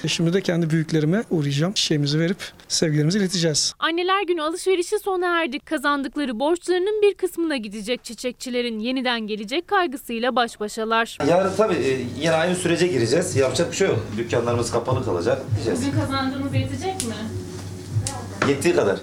Şimdi de kendi büyüklerime uğrayacağım. Çiçeğimizi verip sevgilerimizi ileteceğiz. Anneler Günü alışverişi sona erdi. Kazandıkları borçlarının bir kısmına gidecek çiçekçilerin yeniden gelecek kaygısıyla baş başalar. Yarın tabii e, yine aynı sürece gireceğiz. Yapacak bir şey yok. Dükkanlarımız kapalı kalacak diyeceğiz. Bugün kazandığınız yetecek mi? Yettiği kadar.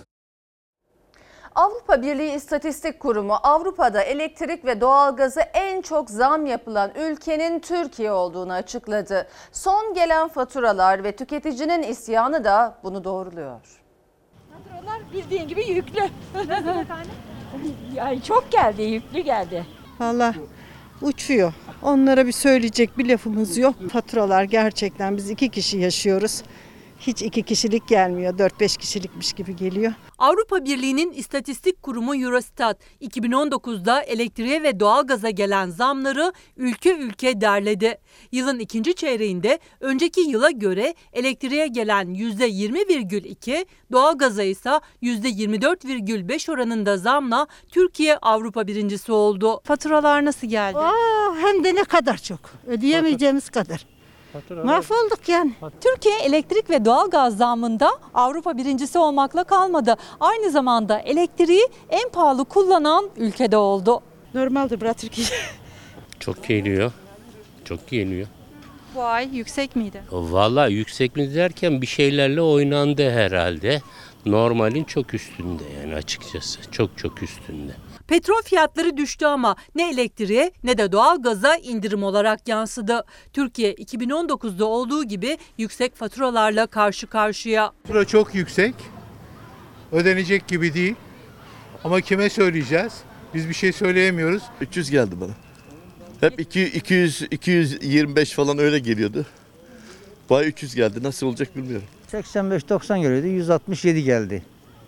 Avrupa Birliği İstatistik Kurumu Avrupa'da elektrik ve doğalgaza en çok zam yapılan ülkenin Türkiye olduğunu açıkladı. Son gelen faturalar ve tüketicinin isyanı da bunu doğruluyor. Faturalar bildiğin gibi yüklü. Nasıl efendim? Yani çok geldi, yüklü geldi. Vallahi uçuyor. Onlara bir söyleyecek bir lafımız yok. Faturalar gerçekten biz iki kişi yaşıyoruz. Hiç iki kişilik gelmiyor, dört beş kişilikmiş gibi geliyor. Avrupa Birliği'nin İstatistik Kurumu Eurostat, iki bin on dokuzda elektriğe ve doğalgaza gelen zamları ülke ülke derledi. Yılın ikinci çeyreğinde önceki yıla göre elektriğe gelen yüzde yirmi virgül iki, doğalgaza ise yüzde yirmi dört virgül beş oranında zamla Türkiye Avrupa birincisi oldu. Faturalar nasıl geldi? Aa, hem de ne kadar çok, ödeyemeyeceğimiz kadar. Mahvolduk yani. Türkiye elektrik ve doğalgaz zammında Avrupa birincisi olmakla kalmadı. Aynı zamanda elektriği en pahalı kullanan ülkede oldu. Normaldir bura Türkiye. Çok geliyor. Çok geliyor. Bu ay yüksek miydi? Vallahi yüksek mi derken bir şeylerle oynandı herhalde. Normalin çok üstünde yani açıkçası. Çok çok üstünde. Petrol fiyatları düştü ama ne elektriğe ne de doğalgaza indirim olarak yansıdı. Türkiye iki bin on dokuzda olduğu gibi yüksek faturalarla karşı karşıya. Fatura çok yüksek. Ödenecek gibi değil. Ama kime söyleyeceğiz? Biz bir şey söyleyemiyoruz. üç yüz geldi bana. Hep iki yüz iki yüz yirmi beş falan öyle geliyordu. Bana üç yüz geldi. Nasıl olacak bilmiyorum. seksen beş doksan geliyordu. yüz altmış yedi geldi.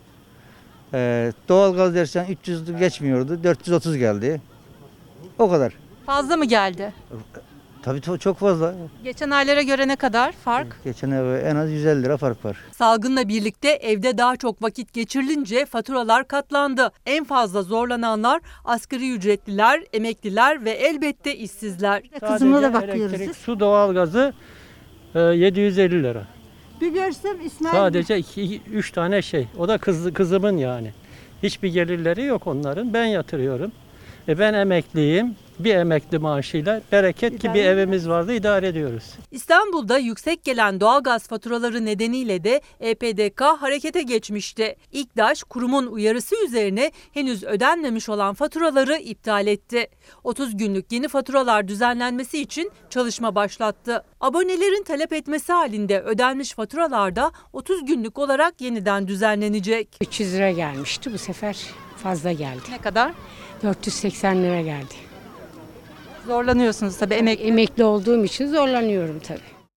Ee, doğalgaz dersen üç yüz geçmiyordu. dört yüz otuz geldi. O kadar. Fazla mı geldi? Tabii çok fazla. Geçen aylara göre ne kadar fark? Geçen ay en az yüz elli lira fark var. Salgınla birlikte evde daha çok vakit geçirilince faturalar katlandı. En fazla zorlananlar asgari ücretliler, emekliler ve elbette işsizler. Kızıma da bakıyoruz. Elektrik, su, doğalgazı yedi yüz elli lira. Bir görsem İsmail. Sadece iki üç tane şey. O da kız, kızımın yani. Hiçbir gelirleri yok onların. Ben yatırıyorum. E ben emekliyim. Bir emekli maaşıyla bereket ki bir evimiz vardı, idare ediyoruz. İstanbul'da yüksek gelen doğalgaz faturaları nedeniyle de E P D K harekete geçmişti. İKDAŞ kurumun uyarısı üzerine henüz ödenmemiş olan faturaları iptal etti. otuz günlük yeni faturalar düzenlenmesi için çalışma başlattı. Abonelerin talep etmesi halinde ödenmiş faturalar da otuz günlük olarak yeniden düzenlenecek. üç yüz lira gelmişti, bu sefer fazla geldi. Ne kadar? dört yüz seksen lira geldi. Zorlanıyorsunuz tabii emekli. Emekli olduğum için zorlanıyorum tabii.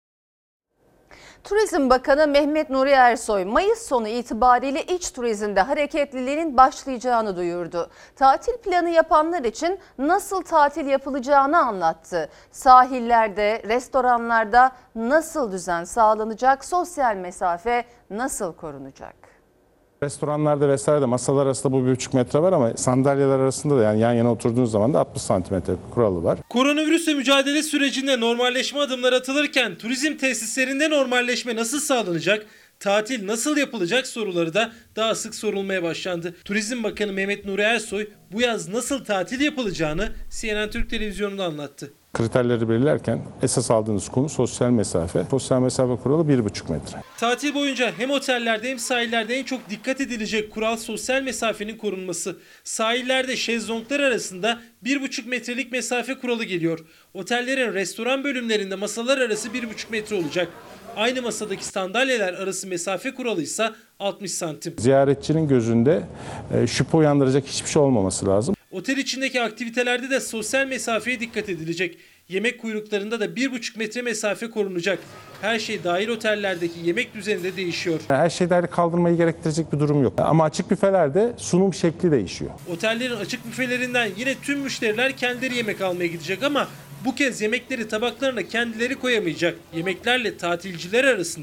Turizm Bakanı Mehmet Nuri Ersoy, Mayıs sonu itibariyle iç turizmde hareketliliğin başlayacağını duyurdu. Tatil planı yapanlar için nasıl tatil yapılacağını anlattı. Sahillerde, restoranlarda nasıl düzen sağlanacak, sosyal mesafe nasıl korunacak? Restoranlarda vesairede masalar arasında bu bir buçuk metre var ama sandalyeler arasında da yani yan yana oturduğunuz zaman da altmış santimetre kuralı var. Koronavirüsle mücadele sürecinde normalleşme adımları atılırken turizm tesislerinde normalleşme nasıl sağlanacak, tatil nasıl yapılacak soruları da daha sık sorulmaya başlandı. Turizm Bakanı Mehmet Nuri Ersoy bu yaz nasıl tatil yapılacağını C N N Türk Televizyonu'nda anlattı. Kriterleri belirlerken esas aldığınız konu sosyal mesafe. Sosyal mesafe kuralı bir buçuk metre. Tatil boyunca hem otellerde hem sahillerde en çok dikkat edilecek kural sosyal mesafenin korunması. Sahillerde şezlonglar arasında bir buçuk metrelik mesafe kuralı geliyor. Otellerin restoran bölümlerinde masalar arası bir buçuk metre olacak. Aynı masadaki sandalyeler arası mesafe kuralı ise altmış santim. Ziyaretçinin gözünde e, şüphe uyandıracak hiçbir şey olmaması lazım. Otel içindeki aktivitelerde de sosyal mesafeye dikkat edilecek. Yemek kuyruklarında da bir buçuk metre mesafe korunacak. Her şey dahil otellerdeki yemek düzeni de değişiyor. Her şeyleri kaldırmayı gerektirecek bir durum yok. Ama açık büfelerde sunum şekli değişiyor. Otellerin açık büfelerinden yine tüm müşteriler kendileri yemek almaya gidecek ama bu kez yemekleri tabaklarına kendileri koyamayacak. Yemeklerle tatilciler arasında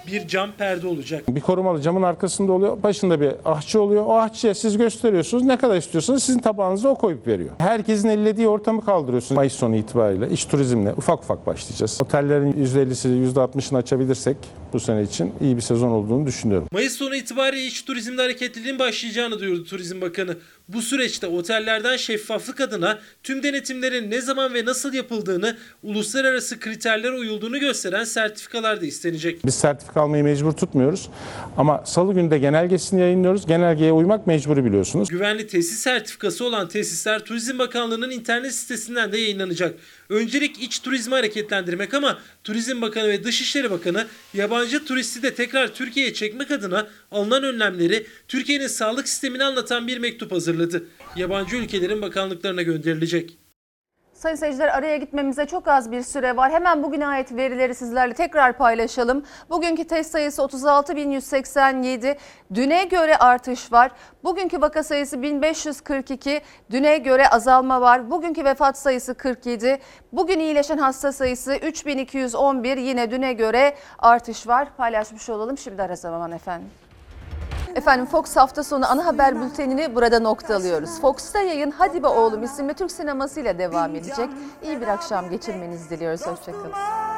bir cam perde olacak. Bir korumalı camın arkasında oluyor. Başında bir ahçı oluyor. O ahçıya siz gösteriyorsunuz. Ne kadar istiyorsanız sizin tabağınıza o koyup veriyor. Herkesin ellediği ortamı kaldırıyorsunuz. Mayıs sonu itibariyle iç turizmle ufak ufak başlayacağız. Otellerin yüzde ellisi, yüzde altmışını açabilirsek bu sene için iyi bir sezon olduğunu düşünüyorum. Mayıs sonu itibariyle iç turizmde hareketliliğin başlayacağını duyurdu Turizm Bakanı. Bu süreçte otellerden şeffaflık adına tüm denetimlerin ne zaman ve nasıl yapıldığını, uluslararası kriterlere uyulduğunu gösteren sertifikalar da istenecek. Biz sertifika almayı mecbur tutmuyoruz ama salı günü de genelgesini yayınlıyoruz. Genelgeye uymak mecburi biliyorsunuz. Güvenli tesis sertifikası olan tesisler Turizm Bakanlığı'nın internet sitesinden de yayınlanacak. Öncelik iç turizmi hareketlendirmek ama Turizm Bakanı ve Dışişleri Bakanı yabancı turisti de tekrar Türkiye'ye çekmek adına alınan önlemleri, Türkiye'nin sağlık sistemini anlatan bir mektup hazırladı. Yabancı ülkelerin bakanlıklarına gönderilecek. Sayın seyirciler, araya gitmemize çok az bir süre var. Hemen bugüne ait verileri sizlerle tekrar paylaşalım. Bugünkü test sayısı otuz altı bin yüz seksen yedi. Düne göre artış var. Bugünkü vaka sayısı bin beş yüz kırk iki. Düne göre azalma var. Bugünkü vefat sayısı kırk yedi. Bugün iyileşen hasta sayısı üç bin iki yüz on bir. Yine düne göre artış var. Paylaşmış olalım. Şimdi ara zaman efendim. Efendim Fox hafta sonu ana haber bültenini burada noktalıyoruz. Fox'ta yayın Hadi Be Oğlum isimli Türk sineması ile devam edecek. İyi bir akşam geçirmenizi diliyoruz. Hoşçakalın.